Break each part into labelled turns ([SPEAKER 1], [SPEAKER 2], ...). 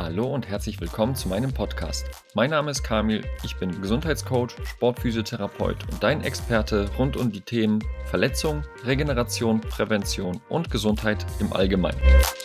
[SPEAKER 1] Hallo und herzlich willkommen zu meinem Podcast. Mein Name ist Kamil, ich bin Gesundheitscoach, Sportphysiotherapeut und dein Experte rund um die Themen Verletzung, Regeneration, Prävention und Gesundheit im Allgemeinen.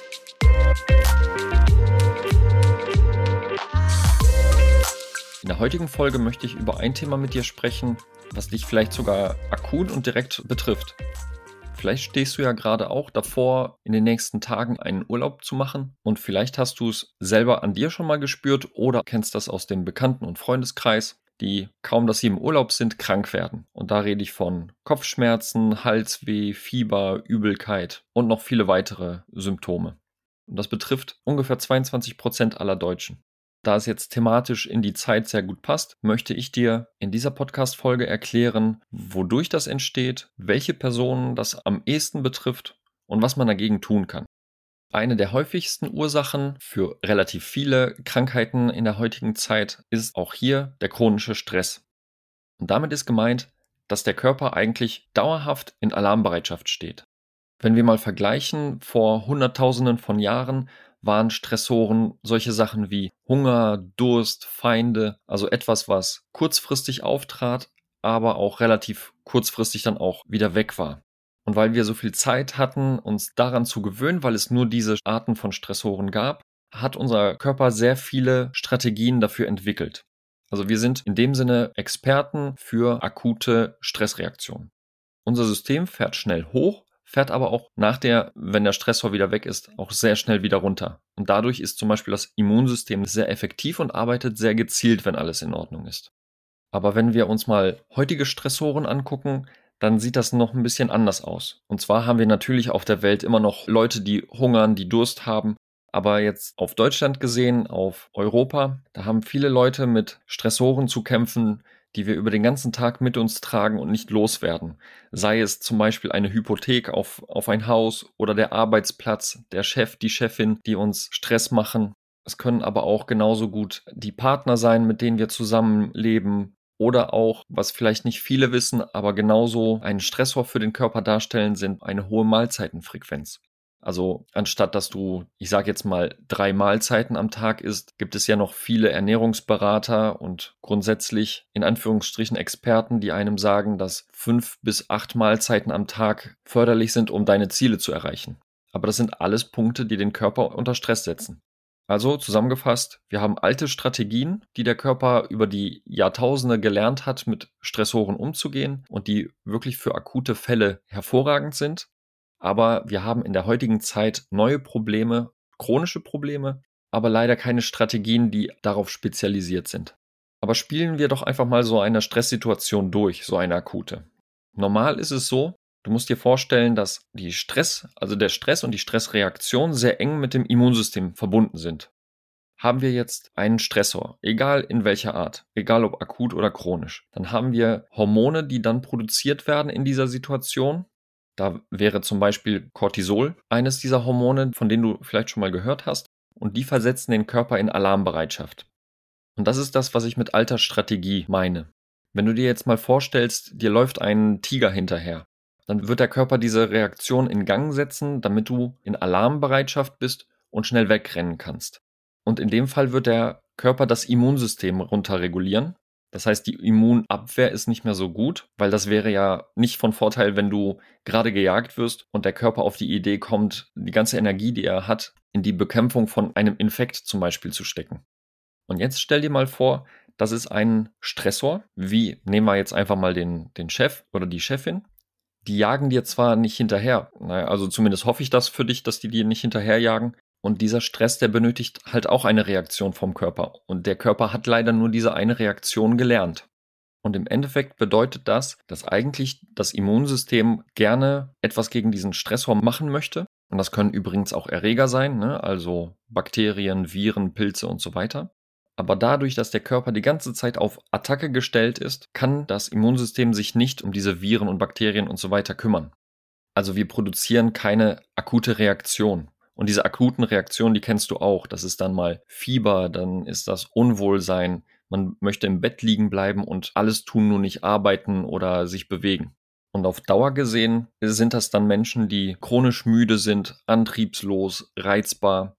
[SPEAKER 1] In der heutigen Folge möchte ich über ein Thema mit dir sprechen, was dich vielleicht sogar akut und direkt betrifft. Vielleicht stehst du ja gerade auch davor, in den nächsten Tagen einen Urlaub zu machen und vielleicht hast du es selber an dir schon mal gespürt oder kennst das aus dem Bekannten- und Freundeskreis, die kaum, dass sie im Urlaub sind, krank werden. Und da rede ich von Kopfschmerzen, Halsweh, Fieber, Übelkeit und noch viele weitere Symptome. Und das betrifft ungefähr 22% aller Deutschen. Da es jetzt thematisch in die Zeit sehr gut passt, möchte ich dir in dieser Podcast-Folge erklären, wodurch das entsteht, welche Personen das am ehesten betrifft und was man dagegen tun kann. Eine der häufigsten Ursachen für relativ viele Krankheiten in der heutigen Zeit ist auch hier der chronische Stress. Und damit ist gemeint, dass der Körper eigentlich dauerhaft in Alarmbereitschaft steht. Wenn wir mal vergleichen, vor Hunderttausenden von Jahren waren Stressoren solche Sachen wie Hunger, Durst, Feinde, also etwas, was kurzfristig auftrat, aber auch relativ kurzfristig dann auch wieder weg war. Und weil wir so viel Zeit hatten, uns daran zu gewöhnen, weil es nur diese Arten von Stressoren gab, hat unser Körper sehr viele Strategien dafür entwickelt. Also wir sind in dem Sinne Experten für akute Stressreaktionen. Unser System fährt schnell hoch, fährt aber auch wenn der Stressor wieder weg ist, auch sehr schnell wieder runter. Und dadurch ist zum Beispiel das Immunsystem sehr effektiv und arbeitet sehr gezielt, wenn alles in Ordnung ist. Aber wenn wir uns mal heutige Stressoren angucken, dann sieht das noch ein bisschen anders aus. Und zwar haben wir natürlich auf der Welt immer noch Leute, die hungern, die Durst haben. Aber jetzt auf Deutschland gesehen, auf Europa, da haben viele Leute mit Stressoren zu kämpfen, die wir über den ganzen Tag mit uns tragen und nicht loswerden. Sei es zum Beispiel eine Hypothek auf ein Haus oder der Arbeitsplatz, der Chef, die Chefin, die uns Stress machen. Es können aber auch genauso gut die Partner sein, mit denen wir zusammenleben. Oder auch, was vielleicht nicht viele wissen, aber genauso ein Stressor für den Körper darstellen, sind eine hohe Mahlzeitenfrequenz. Also anstatt dass du, ich sage jetzt mal, 3 Mahlzeiten am Tag isst, gibt es ja noch viele Ernährungsberater und grundsätzlich in Anführungsstrichen Experten, die einem sagen, dass 5 bis 8 Mahlzeiten am Tag förderlich sind, um deine Ziele zu erreichen. Aber das sind alles Punkte, die den Körper unter Stress setzen. Also zusammengefasst, wir haben alte Strategien, die der Körper über die Jahrtausende gelernt hat, mit Stressoren umzugehen und die wirklich für akute Fälle hervorragend sind. Aber wir haben in der heutigen Zeit neue Probleme, chronische Probleme, aber leider keine Strategien, die darauf spezialisiert sind. Aber spielen wir doch einfach mal so eine Stresssituation durch, so eine akute. Normal ist es so, du musst dir vorstellen, dass der Stress und die Stressreaktion sehr eng mit dem Immunsystem verbunden sind. Haben wir jetzt einen Stressor, egal in welcher Art, egal ob akut oder chronisch, dann haben wir Hormone, die dann produziert werden in dieser Situation. Da wäre zum Beispiel Cortisol eines dieser Hormone, von denen du vielleicht schon mal gehört hast, und die versetzen den Körper in Alarmbereitschaft. Und das ist das, was ich mit alter Strategie meine. Wenn du dir jetzt mal vorstellst, dir läuft ein Tiger hinterher, dann wird der Körper diese Reaktion in Gang setzen, damit du in Alarmbereitschaft bist und schnell wegrennen kannst. Und in dem Fall wird der Körper das Immunsystem runterregulieren. Das heißt, die Immunabwehr ist nicht mehr so gut, weil das wäre ja nicht von Vorteil, wenn du gerade gejagt wirst und der Körper auf die Idee kommt, die ganze Energie, die er hat, in die Bekämpfung von einem Infekt zum Beispiel zu stecken. Und jetzt stell dir mal vor, das ist ein Stressor, nehmen wir jetzt einfach mal den Chef oder die Chefin. Die jagen dir zwar nicht hinterher, also zumindest hoffe ich das für dich, dass die dir nicht hinterherjagen. Und dieser Stress, der benötigt halt auch eine Reaktion vom Körper. Und der Körper hat leider nur diese eine Reaktion gelernt. Und im Endeffekt bedeutet das, dass eigentlich das Immunsystem gerne etwas gegen diesen Stressor machen möchte. Und das können übrigens auch Erreger sein, also Bakterien, Viren, Pilze und so weiter. Aber dadurch, dass der Körper die ganze Zeit auf Attacke gestellt ist, kann das Immunsystem sich nicht um diese Viren und Bakterien und so weiter kümmern. Also wir produzieren keine akute Reaktion. Und diese akuten Reaktionen, die kennst du auch. Das ist dann mal Fieber, dann ist das Unwohlsein. Man möchte im Bett liegen bleiben und alles tun, nur nicht arbeiten oder sich bewegen. Und auf Dauer gesehen sind das dann Menschen, die chronisch müde sind, antriebslos, reizbar.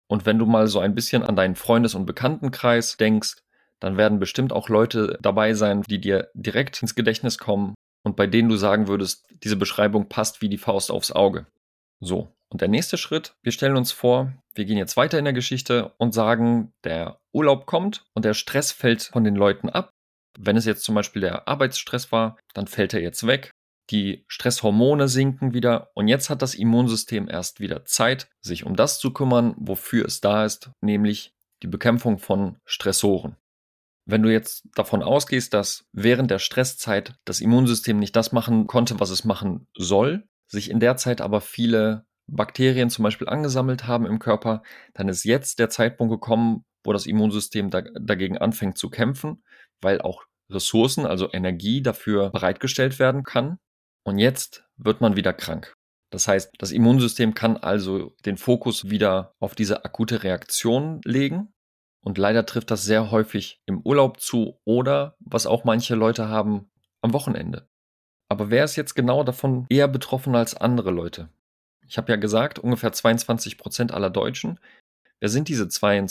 [SPEAKER 1] Und wenn du mal so ein bisschen an deinen Freundes- und Bekanntenkreis denkst, dann werden bestimmt auch Leute dabei sein, die dir direkt ins Gedächtnis kommen und bei denen du sagen würdest, diese Beschreibung passt wie die Faust aufs Auge. So, und der nächste Schritt, wir stellen uns vor, wir gehen jetzt weiter in der Geschichte und sagen, der Urlaub kommt und der Stress fällt von den Leuten ab. Wenn es jetzt zum Beispiel der Arbeitsstress war, dann fällt er jetzt weg. Die Stresshormone sinken wieder und jetzt hat das Immunsystem erst wieder Zeit, sich um das zu kümmern, wofür es da ist, nämlich die Bekämpfung von Stressoren. Wenn du jetzt davon ausgehst, dass während der Stresszeit das Immunsystem nicht das machen konnte, was es machen soll, sich in der Zeit aber viele Bakterien zum Beispiel angesammelt haben im Körper, dann ist jetzt der Zeitpunkt gekommen, wo das Immunsystem dagegen anfängt zu kämpfen, weil auch Ressourcen, also Energie dafür bereitgestellt werden kann. Und jetzt wird man wieder krank. Das heißt, das Immunsystem kann also den Fokus wieder auf diese akute Reaktion legen. Und leider trifft das sehr häufig im Urlaub zu oder, was auch manche Leute haben, am Wochenende. Aber wer ist jetzt genau davon eher betroffen als andere Leute? Ich habe ja gesagt, ungefähr 22% aller Deutschen. Wer sind diese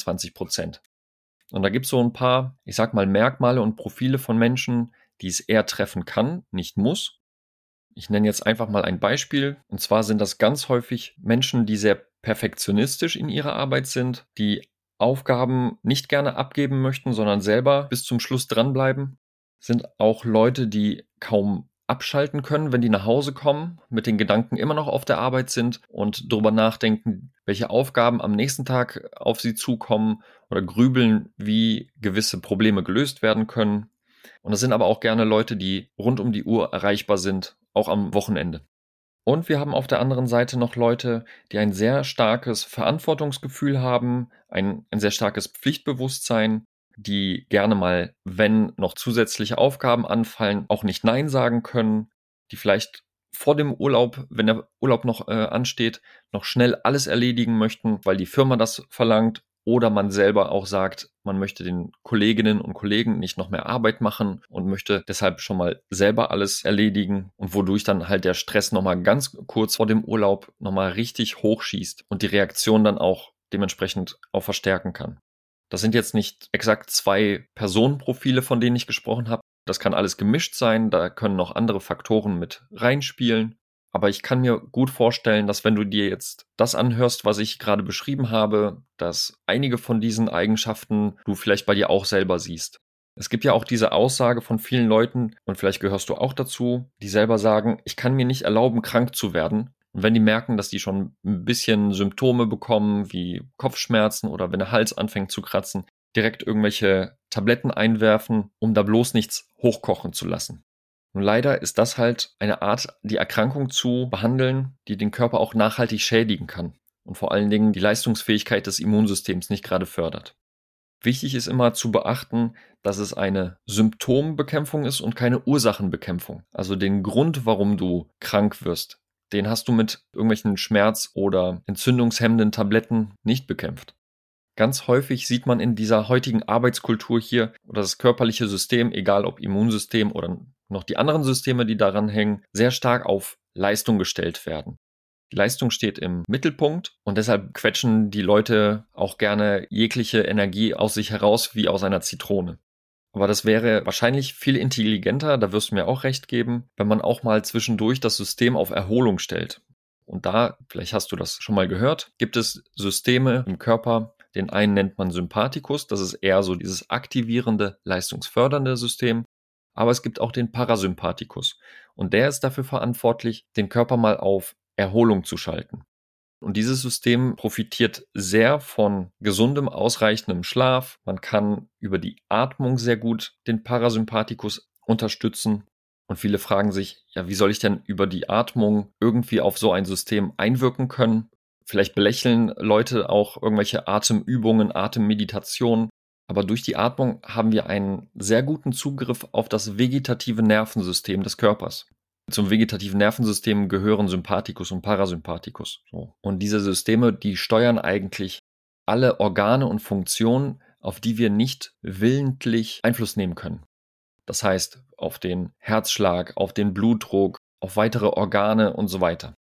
[SPEAKER 1] 22%? Und da gibt es so ein paar, ich sag mal, Merkmale und Profile von Menschen, die es eher treffen kann, nicht muss. Ich nenne jetzt einfach mal ein Beispiel. Und zwar sind das ganz häufig Menschen, die sehr perfektionistisch in ihrer Arbeit sind, die Aufgaben nicht gerne abgeben möchten, sondern selber bis zum Schluss dranbleiben. Sind auch Leute, die kaum abschalten können, wenn die nach Hause kommen, mit den Gedanken immer noch auf der Arbeit sind und darüber nachdenken, welche Aufgaben am nächsten Tag auf sie zukommen oder grübeln, wie gewisse Probleme gelöst werden können. Und das sind aber auch gerne Leute, die rund um die Uhr erreichbar sind, auch am Wochenende. Und wir haben auf der anderen Seite noch Leute, die ein sehr starkes Verantwortungsgefühl haben, ein sehr starkes Pflichtbewusstsein, die gerne mal, wenn noch zusätzliche Aufgaben anfallen, auch nicht Nein sagen können, die vielleicht vor dem Urlaub, wenn der Urlaub noch ansteht, noch schnell alles erledigen möchten, weil die Firma das verlangt oder man selber auch sagt, man möchte den Kolleginnen und Kollegen nicht noch mehr Arbeit machen und möchte deshalb schon mal selber alles erledigen und wodurch dann halt der Stress nochmal ganz kurz vor dem Urlaub nochmal richtig hochschießt und die Reaktion dann auch dementsprechend auch verstärken kann. Das sind jetzt nicht exakt 2 Personenprofile, von denen ich gesprochen habe. Das kann alles gemischt sein, da können noch andere Faktoren mit reinspielen. Aber ich kann mir gut vorstellen, dass wenn du dir jetzt das anhörst, was ich gerade beschrieben habe, dass einige von diesen Eigenschaften du vielleicht bei dir auch selber siehst. Es gibt ja auch diese Aussage von vielen Leuten, und vielleicht gehörst du auch dazu, die selber sagen, ich kann mir nicht erlauben, krank zu werden. Und wenn die merken, dass die schon ein bisschen Symptome bekommen, wie Kopfschmerzen oder wenn der Hals anfängt zu kratzen, direkt irgendwelche Tabletten einwerfen, um da bloß nichts hochkochen zu lassen. Und leider ist das halt eine Art, die Erkrankung zu behandeln, die den Körper auch nachhaltig schädigen kann und vor allen Dingen die Leistungsfähigkeit des Immunsystems nicht gerade fördert. Wichtig ist immer zu beachten, dass es eine Symptombekämpfung ist und keine Ursachenbekämpfung. Also den Grund, warum du krank wirst, den hast du mit irgendwelchen Schmerz- oder entzündungshemmenden Tabletten nicht bekämpft. Ganz häufig sieht man in dieser heutigen Arbeitskultur hier oder das körperliche System, egal ob Immunsystem oder noch die anderen Systeme, die daran hängen, sehr stark auf Leistung gestellt werden. Die Leistung steht im Mittelpunkt und deshalb quetschen die Leute auch gerne jegliche Energie aus sich heraus wie aus einer Zitrone. Aber das wäre wahrscheinlich viel intelligenter, da wirst du mir auch recht geben, wenn man auch mal zwischendurch das System auf Erholung stellt. Und da, vielleicht hast du das schon mal gehört, gibt es Systeme im Körper, den einen nennt man Sympathikus, das ist eher so dieses aktivierende, leistungsfördernde System. Aber es gibt auch den Parasympathikus. Und der ist dafür verantwortlich, den Körper mal auf Erholung zu schalten. Und dieses System profitiert sehr von gesundem, ausreichendem Schlaf. Man kann über die Atmung sehr gut den Parasympathikus unterstützen. Und viele fragen sich, ja, wie soll ich denn über die Atmung irgendwie auf so ein System einwirken können? Vielleicht belächeln Leute auch irgendwelche Atemübungen, Atemmeditationen. Aber durch die Atmung haben wir einen sehr guten Zugriff auf das vegetative Nervensystem des Körpers. Zum vegetativen Nervensystem gehören Sympathikus und Parasympathikus. So. Und diese Systeme, die steuern eigentlich alle Organe und Funktionen, auf die wir nicht willentlich Einfluss nehmen können. Das heißt, auf den Herzschlag, auf den Blutdruck, auf weitere Organe und so weiter.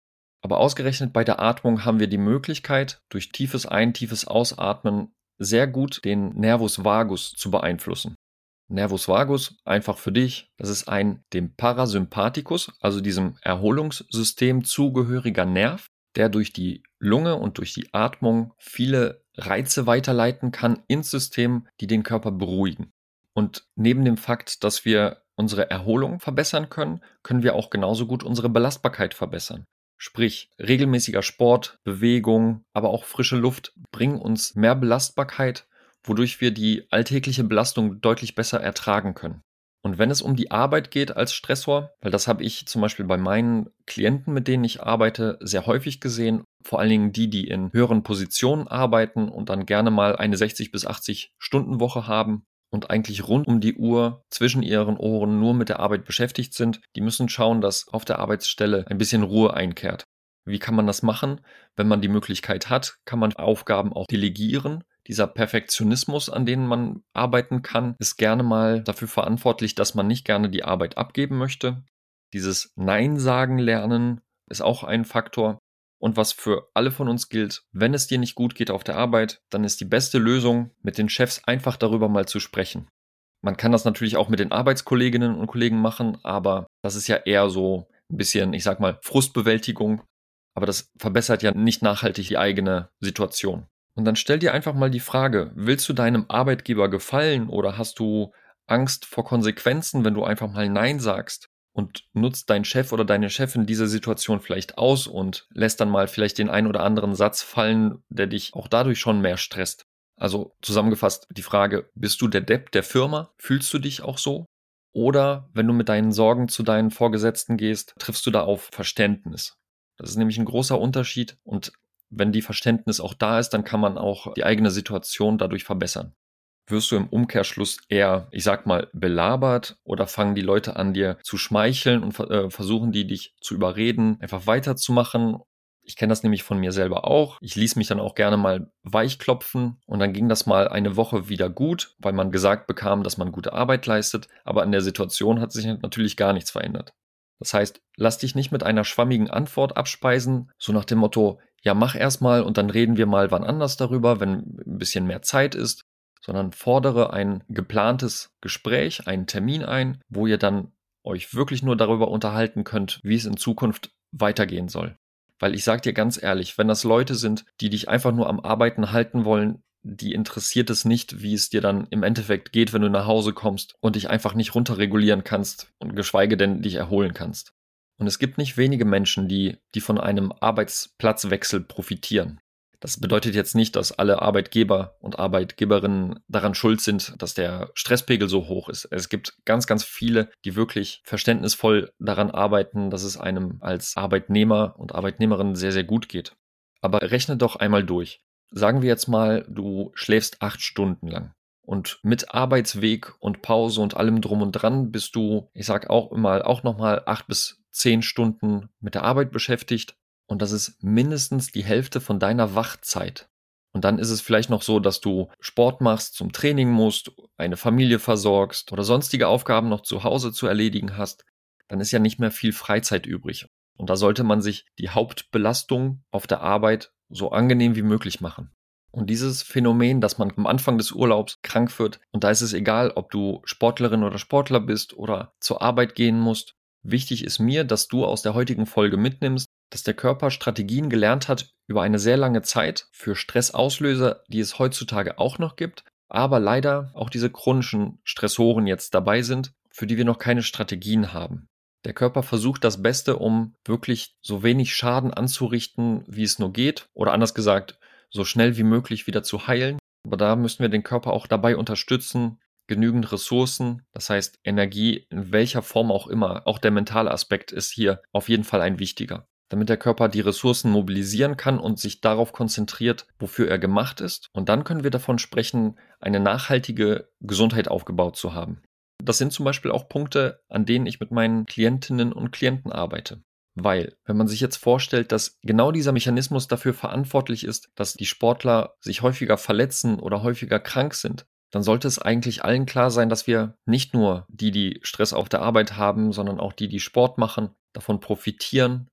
[SPEAKER 1] Aber ausgerechnet bei der Atmung haben wir die Möglichkeit, durch tiefes Ein-, tiefes Ausatmen sehr gut den Nervus vagus zu beeinflussen. Nervus vagus, einfach für dich, das ist ein dem Parasympathikus, also diesem Erholungssystem zugehöriger Nerv, der durch die Lunge und durch die Atmung viele Reize weiterleiten kann ins System, die den Körper beruhigen. Und neben dem Fakt, dass wir unsere Erholung verbessern können, können wir auch genauso gut unsere Belastbarkeit verbessern. Sprich, regelmäßiger Sport, Bewegung, aber auch frische Luft bringen uns mehr Belastbarkeit, wodurch wir die alltägliche Belastung deutlich besser ertragen können. Und wenn es um die Arbeit geht als Stressor, weil das habe ich zum Beispiel bei meinen Klienten, mit denen ich arbeite, sehr häufig gesehen, vor allen Dingen die, die in höheren Positionen arbeiten und dann gerne mal eine 60 bis 80 Stunden Woche haben und eigentlich rund um die Uhr zwischen ihren Ohren nur mit der Arbeit beschäftigt sind, die müssen schauen, dass auf der Arbeitsstelle ein bisschen Ruhe einkehrt. Wie kann man das machen? Wenn man die Möglichkeit hat, kann man Aufgaben auch delegieren. Dieser Perfektionismus, an dem man arbeiten kann, ist gerne mal dafür verantwortlich, dass man nicht gerne die Arbeit abgeben möchte. Dieses Nein sagen lernen ist auch ein Faktor. Und was für alle von uns gilt, wenn es dir nicht gut geht auf der Arbeit, dann ist die beste Lösung, mit den Chefs einfach darüber mal zu sprechen. Man kann das natürlich auch mit den Arbeitskolleginnen und Kollegen machen, aber das ist ja eher so ein bisschen, ich sag mal, Frustbewältigung. Aber das verbessert ja nicht nachhaltig die eigene Situation. Und dann stell dir einfach mal die Frage, willst du deinem Arbeitgeber gefallen oder hast du Angst vor Konsequenzen, wenn du einfach mal Nein sagst? Und nutzt dein Chef oder deine Chefin diese Situation vielleicht aus und lässt dann mal vielleicht den ein oder anderen Satz fallen, der dich auch dadurch schon mehr stresst. Also zusammengefasst die Frage, bist du der Depp der Firma? Fühlst du dich auch so? Oder wenn du mit deinen Sorgen zu deinen Vorgesetzten gehst, triffst du da auf Verständnis? Das ist nämlich ein großer Unterschied und wenn die Verständnis auch da ist, dann kann man auch die eigene Situation dadurch verbessern. Wirst du im Umkehrschluss eher, ich sag mal, belabert oder fangen die Leute an, dir zu schmeicheln und versuchen die dich zu überreden, einfach weiterzumachen? Ich kenne das nämlich von mir selber auch. Ich ließ mich dann auch gerne mal weichklopfen und dann ging das mal eine Woche wieder gut, weil man gesagt bekam, dass man gute Arbeit leistet, aber an der Situation hat sich natürlich gar nichts verändert. Das heißt, lass dich nicht mit einer schwammigen Antwort abspeisen, so nach dem Motto, ja, mach erst mal und dann reden wir mal wann anders darüber, wenn ein bisschen mehr Zeit ist, sondern fordere ein geplantes Gespräch, einen Termin ein, wo ihr dann euch wirklich nur darüber unterhalten könnt, wie es in Zukunft weitergehen soll. Weil ich sage dir ganz ehrlich, wenn das Leute sind, die dich einfach nur am Arbeiten halten wollen, die interessiert es nicht, wie es dir dann im Endeffekt geht, wenn du nach Hause kommst und dich einfach nicht runterregulieren kannst und geschweige denn dich erholen kannst. Und es gibt nicht wenige Menschen, die von einem Arbeitsplatzwechsel profitieren. Das bedeutet jetzt nicht, dass alle Arbeitgeber und Arbeitgeberinnen daran schuld sind, dass der Stresspegel so hoch ist. Es gibt ganz, ganz viele, die wirklich verständnisvoll daran arbeiten, dass es einem als Arbeitnehmer und Arbeitnehmerin sehr, sehr gut geht. Aber rechne doch einmal durch. Sagen wir jetzt mal, du schläfst 8 Stunden lang. Und mit Arbeitsweg und Pause und allem drum und dran bist du, ich sag auch immer, auch nochmal 8 bis 10 Stunden mit der Arbeit beschäftigt. Und das ist mindestens die Hälfte von deiner Wachzeit. Und dann ist es vielleicht noch so, dass du Sport machst, zum Training musst, eine Familie versorgst oder sonstige Aufgaben noch zu Hause zu erledigen hast. Dann ist ja nicht mehr viel Freizeit übrig. Und da sollte man sich die Hauptbelastung auf der Arbeit so angenehm wie möglich machen. Und dieses Phänomen, dass man am Anfang des Urlaubs krank wird, und da ist es egal, ob du Sportlerin oder Sportler bist oder zur Arbeit gehen musst. Wichtig ist mir, dass du aus der heutigen Folge mitnimmst, dass der Körper Strategien gelernt hat über eine sehr lange Zeit für Stressauslöser, die es heutzutage auch noch gibt, aber leider auch diese chronischen Stressoren jetzt dabei sind, für die wir noch keine Strategien haben. Der Körper versucht das Beste, um wirklich so wenig Schaden anzurichten, wie es nur geht, oder anders gesagt, so schnell wie möglich wieder zu heilen. Aber da müssen wir den Körper auch dabei unterstützen, genügend Ressourcen, das heißt Energie in welcher Form auch immer, auch der mentale Aspekt ist hier auf jeden Fall ein wichtiger. Damit der Körper die Ressourcen mobilisieren kann und sich darauf konzentriert, wofür er gemacht ist. Und dann können wir davon sprechen, eine nachhaltige Gesundheit aufgebaut zu haben. Das sind zum Beispiel auch Punkte, an denen ich mit meinen Klientinnen und Klienten arbeite. Weil, wenn man sich jetzt vorstellt, dass genau dieser Mechanismus dafür verantwortlich ist, dass die Sportler sich häufiger verletzen oder häufiger krank sind, dann sollte es eigentlich allen klar sein, dass wir nicht nur die Stress auf der Arbeit haben, sondern auch die Sport machen, davon profitieren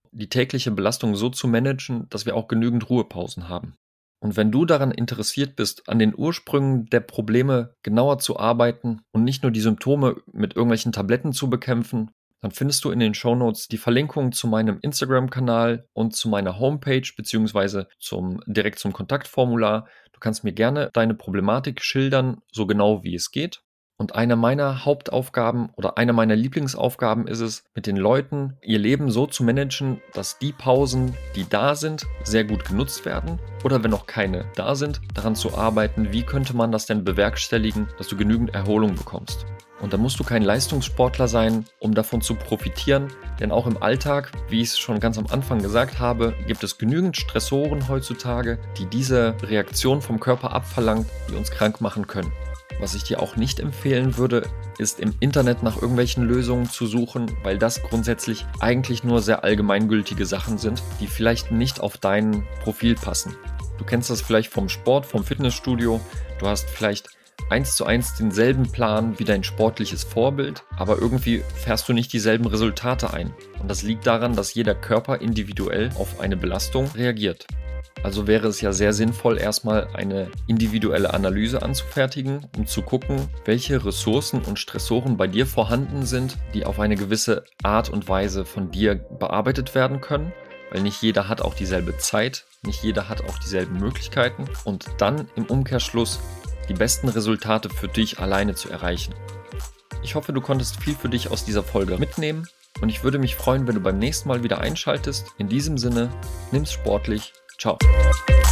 [SPEAKER 1] die tägliche Belastung so zu managen, dass wir auch genügend Ruhepausen haben. Und wenn du daran interessiert bist, an den Ursprüngen der Probleme genauer zu arbeiten und nicht nur die Symptome mit irgendwelchen Tabletten zu bekämpfen, dann findest du in den Shownotes die Verlinkung zu meinem Instagram-Kanal und zu meiner Homepage beziehungsweise direkt zum Kontaktformular. Du kannst mir gerne deine Problematik schildern, so genau wie es geht. Und eine meiner Hauptaufgaben oder eine meiner Lieblingsaufgaben ist es, mit den Leuten ihr Leben so zu managen, dass die Pausen, die da sind, sehr gut genutzt werden. Oder wenn noch keine da sind, daran zu arbeiten, wie könnte man das denn bewerkstelligen, dass du genügend Erholung bekommst. Und da musst du kein Leistungssportler sein, um davon zu profitieren, denn auch im Alltag, wie ich es schon ganz am Anfang gesagt habe, gibt es genügend Stressoren heutzutage, die diese Reaktion vom Körper abverlangt, die uns krank machen können. Was ich dir auch nicht empfehlen würde, ist im Internet nach irgendwelchen Lösungen zu suchen, weil das grundsätzlich eigentlich nur sehr allgemeingültige Sachen sind, die vielleicht nicht auf dein Profil passen. Du kennst das vielleicht vom Sport, vom Fitnessstudio, du hast vielleicht 1:1 denselben Plan wie dein sportliches Vorbild, aber irgendwie fährst du nicht dieselben Resultate ein. Und das liegt daran, dass jeder Körper individuell auf eine Belastung reagiert. Also wäre es ja sehr sinnvoll, erstmal eine individuelle Analyse anzufertigen, um zu gucken, welche Ressourcen und Stressoren bei dir vorhanden sind, die auf eine gewisse Art und Weise von dir bearbeitet werden können, weil nicht jeder hat auch dieselbe Zeit, nicht jeder hat auch dieselben Möglichkeiten und dann im Umkehrschluss die besten Resultate für dich alleine zu erreichen. Ich hoffe, du konntest viel für dich aus dieser Folge mitnehmen und ich würde mich freuen, wenn du beim nächsten Mal wieder einschaltest. In diesem Sinne, nimm's sportlich. Ciao.